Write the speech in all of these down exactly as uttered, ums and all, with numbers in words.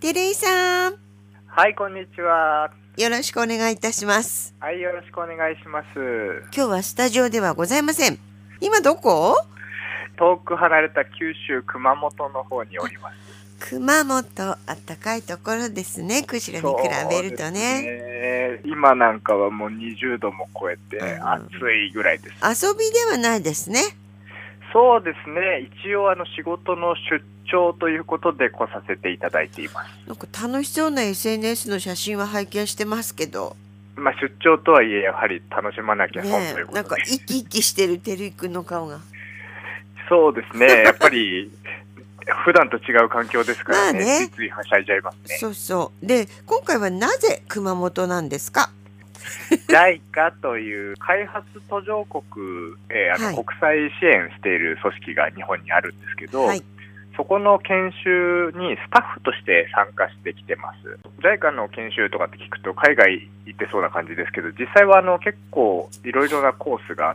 照井さん、 はい、こんにちは。 よろしくお願いいたします。 はい、よろしくお願いします。 今日はスタジオではございません。今どこ？ 遠く離れた九州熊本の方におります。 熊本、あったかいところですね。釧路に比べるとね。 ね、今なんかはもうにじゅうども超えて暑いぐらいです。 遊びではないですね。 そうですね。一応あの仕事の出張ということで来させていただいています。 なんか楽しそうな エスエヌエス の写真は拝見してますけど。 まあ出張とはいえやはり楽しまなきゃ損ということで、 ね、なんか生き生きしてる照井くんの顔が。 そうですね。やっぱり普段と違う環境ですからね。まあね、ついついはしゃいじゃいますね。 そうそう。で、今回はなぜ熊本なんですか？ ジャイカ という開発途上国、えーあの、はい、国際支援している組織が日本にあるんですけど、はい、そこの研修にスタッフとして参加してきてます。ジャイカ の研修とかって聞くと海外行ってそうな感じですけど、実際はあの結構いろいろなコースがあって、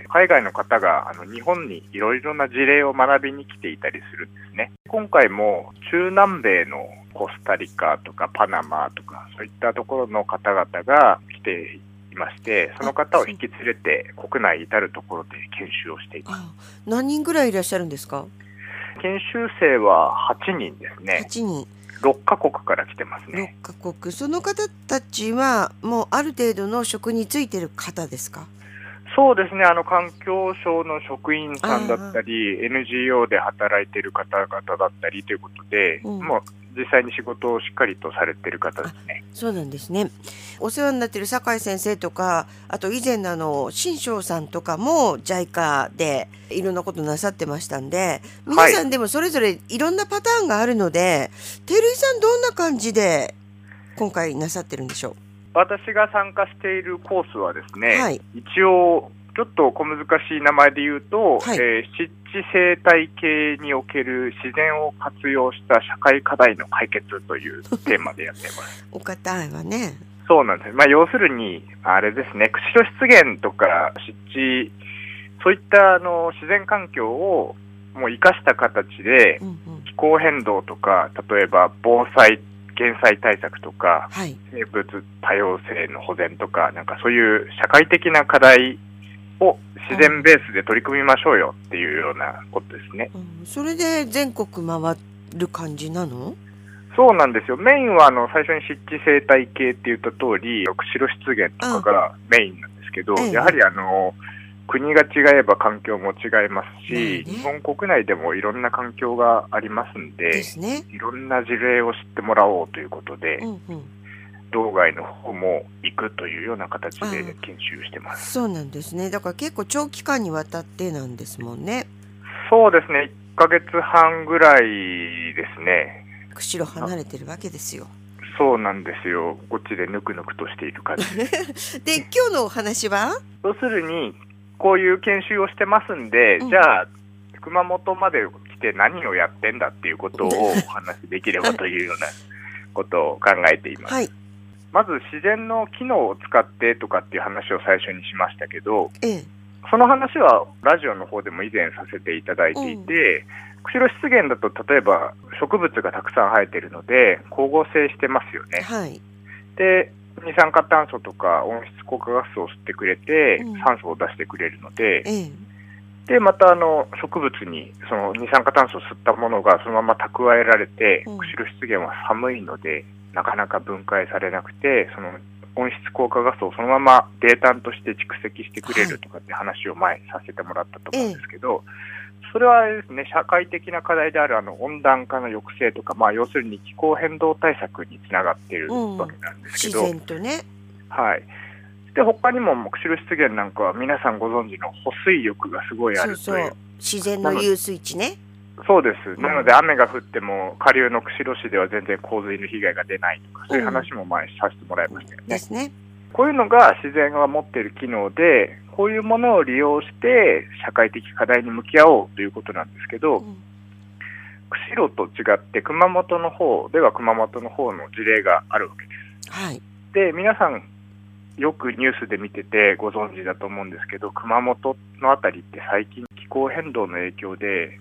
海外の方があの日本にいろいろな事例を学びに来ていたりするんですね。今回も中南米のコスタリカとかパナマとかそういったところの方々が来ていまして、その方を引き連れて国内至るところで研修をしています。 何人ぐらいいらっしゃるんですか？ 研修生ははちにんですね。 はちにん。 ろっかこくから来てますね。 ろっかこく。その方たちはもうある程度の職に就いてる方ですか？ そうですね。あの環境省の職員さんだったり エヌジーオー で働いている方々だったりということで、うん、もう実際に仕事をしっかりとされている方ですね。 そうなんですね。お世話になっている酒井先生とか、あと以前のあの新庄さんとかも ジャイカ でいろんなことなさってましたんで、皆さんでもそれぞれいろんなパターンがあるので、照井さんどんな感じで今回なさってるんでしょう？ 私が参加しているコースはですね、はい、一応ちょっと小難しい名前で言うと、はい、えー、湿地生態系における自然を活用した社会課題の解決というテーマでやっています。 お堅いわね。 そうなんです。まあ、要するにあれですね、釧路湿原とか湿地、そういったあの自然環境をもう生かした形で、うんうん、気候変動とか、例えば防災減災対策とか、はい、生物多様性の保全とか、なんかそういう社会的な課題を自然ベースで取り組みましょうよっていうようなことですね。 うん、それで全国回る感じなの？ そうなんですよ。メインはあの最初に湿地生態系って言った通り、釧路湿原とかがメインなんですけど、やはりあの国が違えば環境も違いますし、ね、日本国内でもいろんな環境がありますんで、 ですね、 いろんな事例を知ってもらおうということで、うんうん、道外の方も行くというような形で研修してます。 そうなんですね。だから結構長期間にわたってなんですもんね。 そうですね。いっかげつはんぐらいですね。 釧路離れてるわけですよ。 そうなんですよ。こっちでぬくぬくとしている感じでで、今日のお話は要するにこういう研修をしてますんで、うん、じゃあ熊本まで来て何をやってんだっていうことをお話しできればというようなことを考えています、はい、まず自然の機能を使ってとかっていう話を最初にしましたけど、ええ、その話はラジオの方でも以前させていただいていて、うん、釧路湿原だと例えば植物がたくさん生えているので光合成してますよね、はい、で二酸化炭素とか温室効果ガスを吸ってくれて、うん、酸素を出してくれるので、ええ、でまたあの植物にその二酸化炭素を吸ったものがそのまま蓄えられて、うん、釧路湿原は寒いのでなかなか分解されなくてその温室効果ガスをそのまま泥炭として蓄積してくれるとかって話を前にさせてもらったと思うんですけど、ええ、それはですね、社会的な課題であるあの温暖化の抑制とか、まあ、要するに気候変動対策につながっているわけなんですけど、 うん、自然とね、 はい、で他にも釧路湿原なんかは皆さんご存知の保水力がすごいあるという、 そうそう、自然の遊水地ね。 そうです。なので雨が降っても下流の釧路市では全然洪水の被害が出ないとか、そういう話も前にさせてもらいましたよね。 うん、ですね。 こういうのが自然が持っている機能で、こういうものを利用して社会的課題に向き合おうということなんですけど、うん、釧路と違って熊本の方では熊本の方の事例があるわけです。はい、で皆さんよくニュースで見ててご存知だと思うんですけど、熊本のあたりって最近気候変動の影響で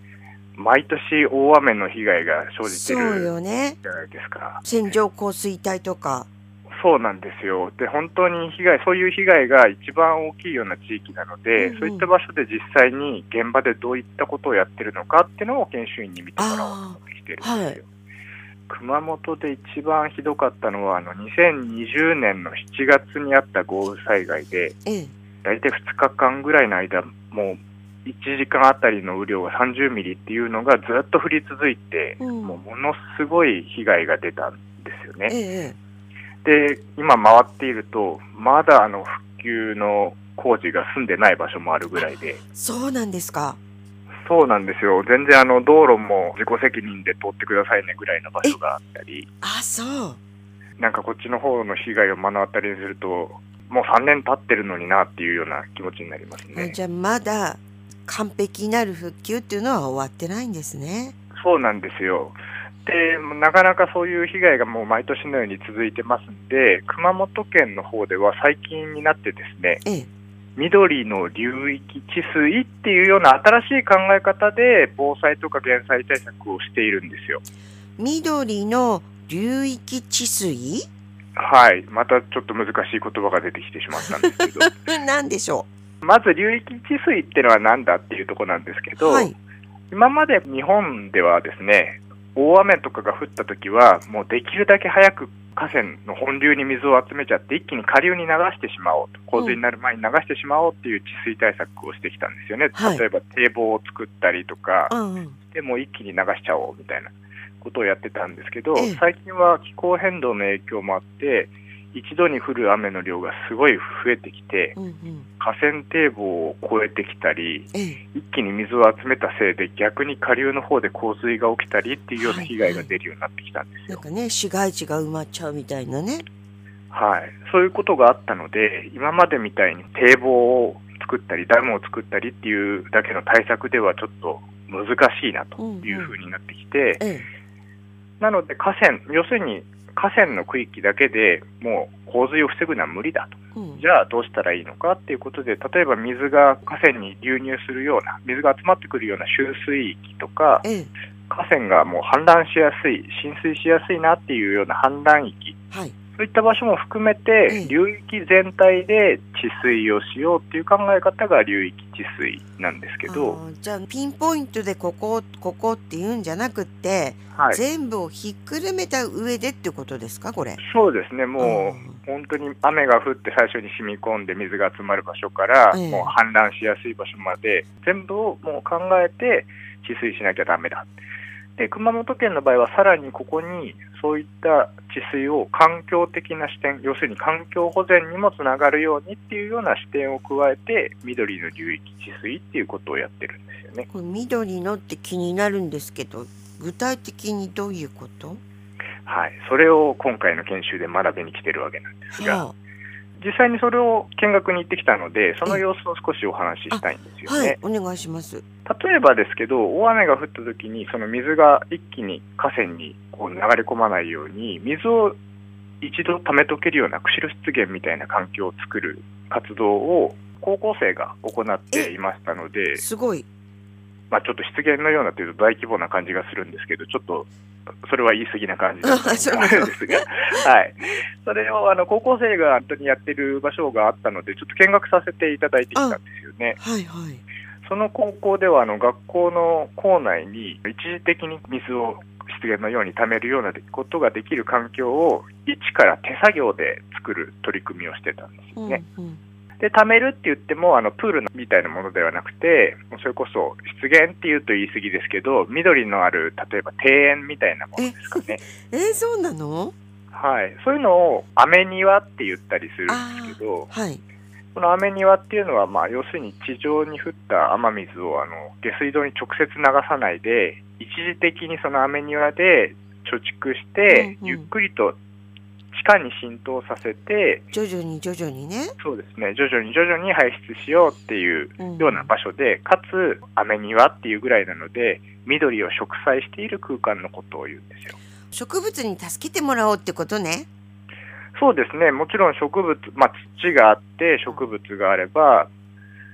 毎年大雨の被害が生じてるそうよね。 じゃないですか。 線状降水帯とか。 そうなんですよ。で、本当に被害、そういう被害が一番大きいような地域なので、うんうん、そういった場所で実際に現場でどういったことをやってるのかっていうのを研修員に見てもらおうと思ってきてるんですよ。はい、熊本で一番ひどかったのは、あのにせんにじゅうねんのしちがつにあった豪雨災害で、ええ、大体ふつかかんぐらいの間、もういちじかんあたりの雨量がさんじゅうミリっていうのがずっと降り続いて、うん、もうものすごい被害が出たんですよね。ええで、今回っていると、まだあの復旧の工事が済んでない場所もあるぐらいで。 そうなんですか。 そうなんですよ。全然あの道路も自己責任で通ってくださいねぐらいの場所があったり。 あ、そう。 なんかこっちの方の被害を目の当たりにすると、もうさんねん経ってるのになっていうような気持ちになりますね。 じゃあまだ完璧なる復旧っていうのは終わってないんですね。 そうなんですよ。でなかなかそういう被害がもう毎年のように続いてますんで、熊本県の方では最近になってですね、ええ、緑の流域治水っていうような新しい考え方で防災とか減災対策をしているんですよ。 緑の流域治水？ はい、またちょっと難しい言葉が出てきてしまったんですけど何でしょう。まず流域治水っていうのは何だっていうところなんですけど、はい、今まで日本ではですね、大雨とかが降ったときは、もうできるだけ早く河川の本流に水を集めちゃって、一気に下流に流してしまおうと、洪水になる前に流してしまおうっていう治水対策をしてきたんですよね。はい、例えば堤防を作ったりとか、うんうん、でもう一気に流しちゃおうみたいなことをやってたんですけど、最近は気候変動の影響もあって、一度に降る雨の量がすごい増えてきて、うんうん、河川堤防を越えてきたり、一気に水を集めたせいで逆に下流の方で洪水が起きたりっていうような被害が出るようになってきたんですよ。 はいはい、なんかね、市街地が埋まっちゃうみたいなね。 はい、そういうことがあったので、今までみたいに堤防を作ったりダムを作ったりっていうだけの対策ではちょっと難しいなというふうになってきて、うんうんええ、なので河川、要するに河川の区域だけでもう洪水を防ぐのは無理だと、うん、じゃあどうしたらいいのかっていうことで、例えば水が河川に流入するような、水が集まってくるような集水域とか、ええ、河川がもう氾濫しやすい、浸水しやすいなっていうような氾濫域、はい、そういった場所も含めて、ええ、流域全体で治水をしようっていう考え方が流域治水なんですけど、 じゃあピンポイントでここここっていうんじゃなくって、はい、全部をひっくるめた上でってことですか、これ。 そうですね。もう本当に雨が降って最初に染み込んで水が集まる場所から、ええ、もう氾濫しやすい場所まで全部をもう考えて治水しなきゃダメだ。で、熊本県の場合はさらにここにそういった治水を環境的な視点、要するに環境保全にもつながるようにっていうような視点を加えて、緑の流域治水っていうことをやってるんですよね。 これ緑のって気になるんですけど、具体的にどういうこと？ はい、それを今回の研修で学びに来てるわけなんですが、はあ、実際にそれを見学に行ってきたので、その様子を少しお話ししたいんですよね。 はい、お願いします。 例えばですけど、大雨が降った時にその水が一気に河川にこう流れ込まないように、水を一度溜めとけるような釧路湿原みたいな環境を作る活動を高校生が行っていましたので、 すごい、 まあ、ちょっと湿原のようなというと大規模な感じがするんですけど、ちょっとそれは言い過ぎな感じだったんですが、はい、それをあの高校生が本当にやってる場所があったので、ちょっと見学させていただいてきたんですよね。 はいはい、 その高校ではあの学校の校内に一時的に水を湿原のように貯めるようなことができる環境を一から手作業で作る取り組みをしてたんですよね。うんうん、で、貯めるって言ってもあのプールみたいなものではなくて、それこそ湿原っていうと言い過ぎですけど、緑のある例えば庭園みたいなものですかね。 えー、そうなの？ はい、そういうのを雨庭って言ったりするんですけど、はい、この雨庭っていうのは、まあ、要するに地上に降った雨水をあの下水道に直接流さないで、一時的にその雨庭で貯蓄して、うんうん、ゆっくりと地下に浸透させて、 徐々に徐々にね、 そうですね、徐々に徐々に排出しようっていうような場所で、うん、かつ雨庭っていうぐらいなので、緑を植栽している空間のことを言うんですよ。 植物に助けてもらおうってことね。 そうですね、もちろん植物、まあ、土があって植物があれば、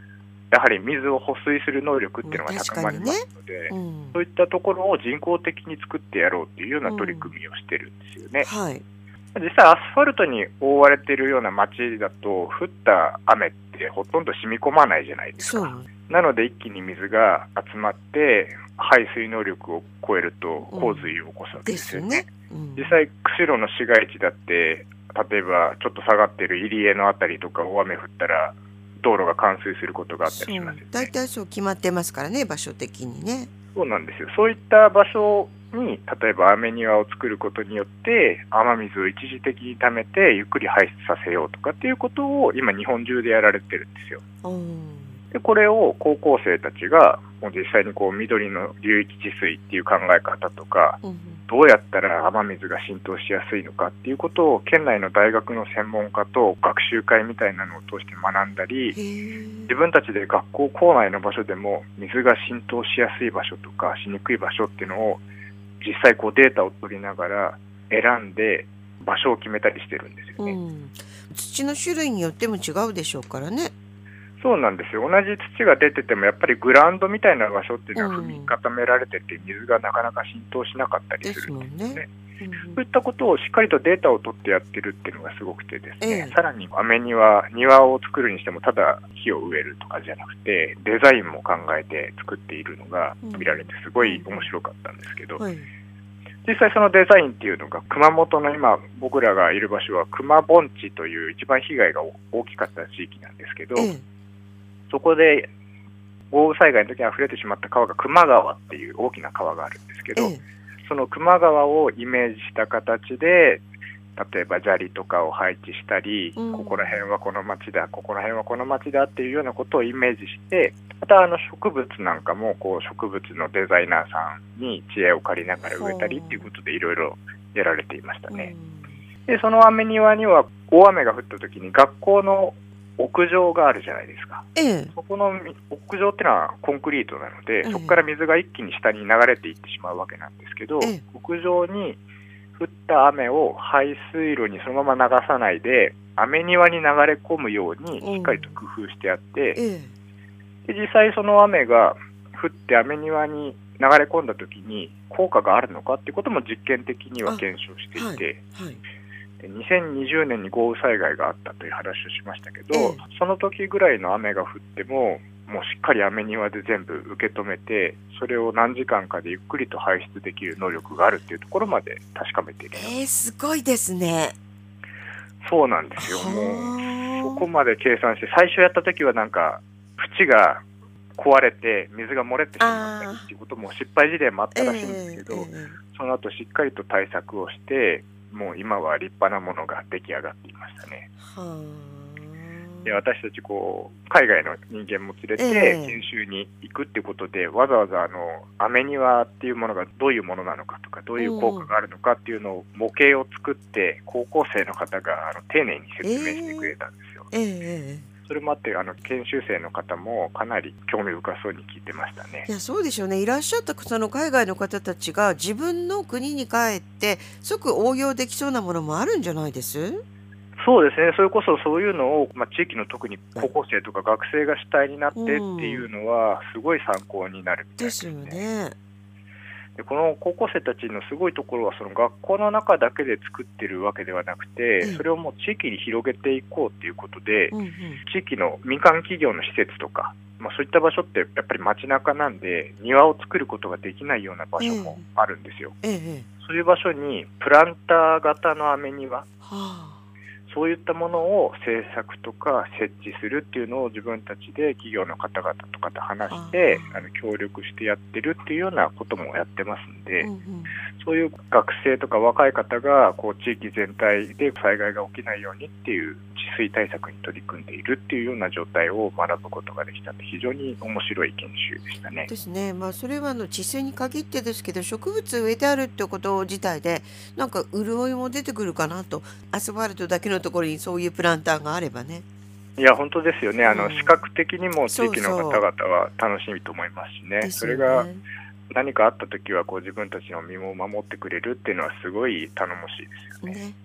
やはり水を保水する能力っていうのが高まりますので、ね、うん、そういったところを人工的に作ってやろうっていうような取り組みをしてるんですよね。 うん、はい、 実際アスファルトに覆われているような街だと降った雨ってほとんど染み込まないじゃないですか。なので一気に水が集まって排水能力を超えると洪水を起こすわけですよね。うんですね、うん、実際釧路の市街地だって例えばちょっと下がっている入江のあたりとか大雨降ったら道路が冠水することがあったりしますよね。 大体そう決まってますからね、場所的にね。 そうなんですよ。そういった場所に例えば雨庭を作ることによって雨水を一時的に溜めてゆっくり排出させようとかっていうことを今日本中でやられてるんですよ。でこれを高校生たちがもう実際にこう緑の流域治水っていう考え方とか、うん、どうやったら雨水が浸透しやすいのかっていうことを県内の大学の専門家と学習会みたいなのを通して学んだり、自分たちで学校校内の場所でも水が浸透しやすい場所とかしにくい場所っていうのを実際こうデータを取りながら選んで場所を決めたりしてるんですよね。うん、 土の種類によっても違うでしょうからね。 そうなんですよ。同じ土が出ててもやっぱりグラウンドみたいな場所っていうのは踏み固められてて水がなかなか浸透しなかったりするんですね。そういったことをしっかりとデータを取ってやってるっていうのがすごくてですね、ええ、さらに雨庭、庭を作るにしてもただ木を植えるとかじゃなくてデザインも考えて作っているのが見られてすごい面白かったんですけど、うんはい、実際そのデザインっていうのが熊本の今僕らがいる場所は熊盆地という一番被害が大きかった地域なんですけど、ええ、そこで豪雨災害の時に溢れてしまった川が球磨川っていう大きな川があるんですけど、ええ、その球磨川をイメージした形で例えば砂利とかを配置したり、うん、ここら辺はこの町だここら辺はこの町だっていうようなことをイメージして、またあの植物なんかもこう植物のデザイナーさんに知恵を借りながら植えたりっていうことでいろいろやられていましたね。うん、でその雨庭には大雨が降った時に学校の屋上があるじゃないですか。ええ、そこの屋上っていうのはコンクリートなので、ええ、そこから水が一気に下に流れていってしまうわけなんですけど、ええ、屋上に降った雨を排水路にそのまま流さないで雨庭に流れ込むようにしっかりと工夫してあって、うんええ、で実際その雨が降って雨庭に流れ込んだ時に効果があるのかっていうことも実験的には検証していて、はいはい、でにせんにじゅうねんに豪雨災害があったという話をしましたけど、ええ、その時ぐらいの雨が降ってももうしっかり雨庭で全部受け止めてそれを何時間かでゆっくりと排出できる能力があるっていうところまで確かめている。 えー、すごいですね。 そうなんですよ。もうそこまで計算して最初やった時はなんか縁が壊れて水が漏れてしまったりっていうことも失敗事例もあったらしいんですけど、えーえー、その後しっかりと対策をしてもう今は立派なものが出来上がっていましたね。はで私たちこう海外の人間も連れて研修に行くっていうことで、えー、わざわざあの雨庭っていうものがどういうものなのかとかどういう効果があるのかっていうのを模型を作って高校生の方があの丁寧に説明してくれたんですよ。えーえーそれもあってあの研修生の方もかなり興味深そうに聞いてましたね。 いやそうでしょうね。いらっしゃったその海外の方たちが自分の国に帰って即応用できそうなものもあるんじゃないです？ そうですね。それこそそういうのを、まあ、地域の特に高校生とか学生が主体になってっていうのはすごい参考になるみたいですね。ですよね。でこの高校生たちのすごいところはその学校の中だけで作ってるわけではなくて、うん、それをもう地域に広げていこうということで、うんうん、地域の民間企業の施設とか、まあ、そういった場所ってやっぱり街中なんで庭を作ることができないような場所もあるんですよ。ええええ、そういう場所にプランター型の雨庭、はあそういったものを製作とか設置するっていうのを自分たちで企業の方々とかと話してあの協力してやってるっていうようなこともやってますんで、うんうん、そういう学生とか若い方がこう地域全体で災害が起きないようにっていう治水対策に取り組んでいるっていうような状態を学ぶことができたので非常に面白い研修でしたね。 ですね。まあそれはあの治水に限ってですけど植物植えてあるってこと自体でなんか潤いも出てくるかなと。アスファルトだけのところにそういうプランターがあればね。 いや本当ですよね。あの、うん、視覚的にも地域の方々は楽しみと思いますしね。そうそう。それが何かあった時はこう自分たちの身を守ってくれるっていうのはすごい頼もしいですよね。ね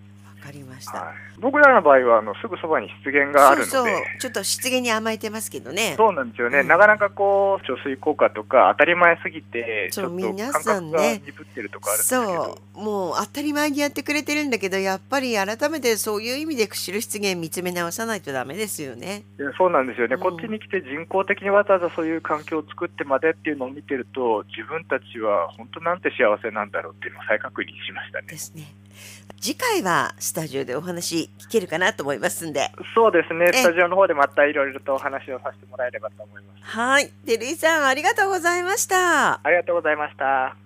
かりました。 はい、僕らの場合はあのすぐそばに湿原があるので、 そうそう、ちょっと湿原に甘えてますけどね。 そうなんですよね、 うん、 なかなかこう貯水効果とか当たり前すぎてちょっと皆感さんね、 覚が鈍ってるとかあるんですけど、 そうもう当たり前にやってくれてるんだけど、やっぱり改めてそういう意味で釧路湿原見つめ直さないとダメですよね。 いやそうなんですよね、 うん、 こっちに来て人工的にわざわざそういう環境を作ってまでっていうのを見てると、自分たちは本当なんて幸せなんだろうっていうのを再確認しましたね。 ですね。次回はスタジオでお話聞けるかなと思いますんで。 そうですね、スタジオの方でまたいろいろとお話をさせてもらえればと思います。 はい、照井さんありがとうございました。 ありがとうございました。